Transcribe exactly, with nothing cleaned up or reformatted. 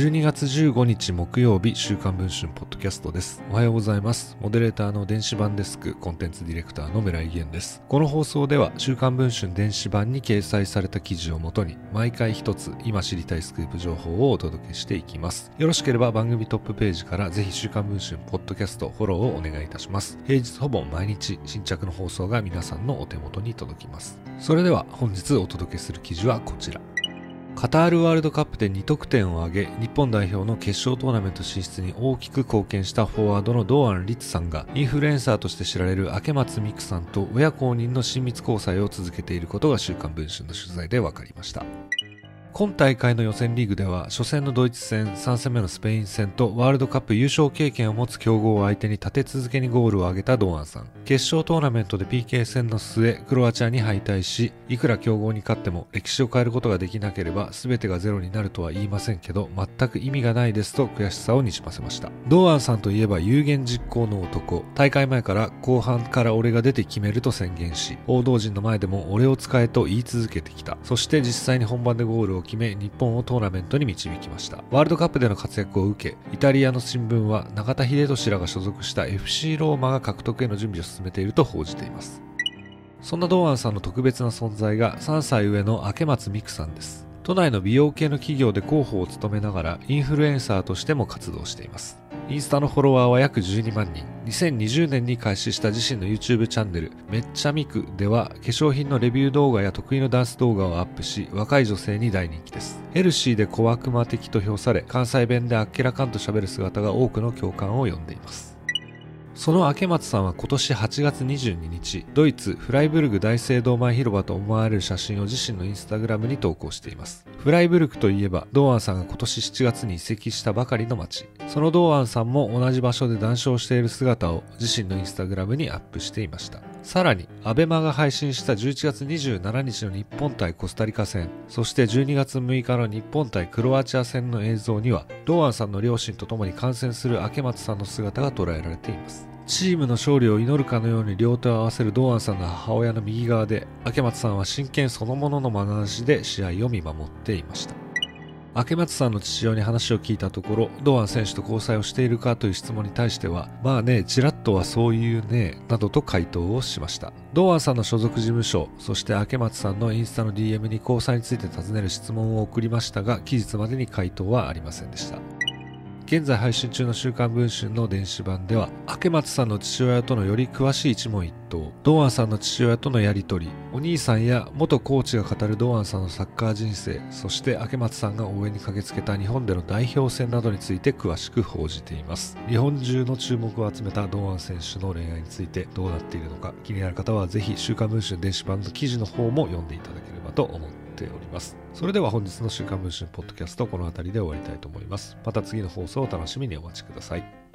じゅうにがつじゅうごにち木曜日、週刊文春ポッドキャストです。おはようございます。モデレーターの電子版デスクコンテンツディレクターの村井源です。この放送では週刊文春電子版に掲載された記事をもとに毎回一つ今知りたいスクープ情報をお届けしていきます。よろしければ番組トップページからぜひ週刊文春ポッドキャストフォローをお願いいたします。平日ほぼ毎日新着の放送が皆さんのお手元に届きます。それでは本日お届けする記事はこちら。カタールワールドカップでにとくてんを挙げ、日本代表の決勝トーナメント進出に大きく貢献したフォワードの堂安律さんが、インフルエンサーとして知られる明松美空さんと親公認の親密交際を続けていることが週刊文春の取材で分かりました。今大会の予選リーグでは初戦のドイツ戦、さん戦目のスペイン戦とワールドカップ優勝経験を持つ強豪を相手に立て続けにゴールを挙げた堂安さん。決勝トーナメントで ピーケー 戦の末クロアチアに敗退し、いくら強豪に勝っても歴史を変えることができなければ全てがゼロになるとは言いませんけど全く意味がないですと悔しさをにじませました。堂安さんといえば有言実行の男。大会前から後半から俺が出て決めると宣言し、報道陣の前でも俺を使えと言い続けてきた。そして実際に本番でゴールを決め日本をトーナメントに導きました。ワールドカップでの活躍を受け、イタリアの新聞は中田英寿らが所属した エフシー ローマが獲得への準備を進めていると報じています。そんな堂安さんの特別な存在がさんさい上の明松美空さんです。都内の美容系の企業で広報を務めながらインフルエンサーとしても活動しています。インスタのフォロワーは約じゅうにまんにん。にせんにじゅうねんに開始した自身の YouTube チャンネルめっちゃミクでは化粧品のレビュー動画や得意のダンス動画をアップし、若い女性に大人気です。ヘルシーで小悪魔的と評され、関西弁であっけらかんと喋る姿が多くの共感を呼んでいます。その明松さんは今年はちがつにじゅうににち、ドイツフライブルグ大聖堂前広場と思われる写真を自身のインスタグラムに投稿しています。フライブルクといえば堂安さんが今年しちがつに移籍したばかりの街。その堂安さんも同じ場所で談笑している姿を自身のインスタグラムにアップしていました。さらにアベマが配信したじゅういちがつにじゅうしちにちの日本対コスタリカ戦、そしてじゅうにがつむいかの日本対クロアチア戦の映像には堂安さんの両親と共に観戦する明松さんの姿が捉えられています。チームの勝利を祈るかのように両手を合わせる堂安さんの母親の右側で、明松さんは真剣そのものの眼差しで試合を見守っていました。明松さんの父親に話を聞いたところ、堂安選手と交際をしているかという質問に対しては、まあね、ちらっとはそういうね、などと回答をしました。堂安さんの所属事務所、そして明松さんのインスタの ディーエム に交際について尋ねる質問を送りましたが、期日までに回答はありませんでした。現在配信中の週刊文春の電子版では、明松さんの父親とのより詳しい一問一答、堂安さんの父親とのやりとり、お兄さんや元コーチが語る堂安さんのサッカー人生、そして明松さんが応援に駆けつけた日本での代表戦などについて詳しく報じています。日本中の注目を集めた堂安選手の恋愛についてどうなっているのか、気になる方はぜひ週刊文春電子版の記事の方も読んでいただければと思っています。おります。それでは本日の週刊文春ポッドキャストこの辺りで終わりたいと思います。また次の放送をお楽しみにお待ちください。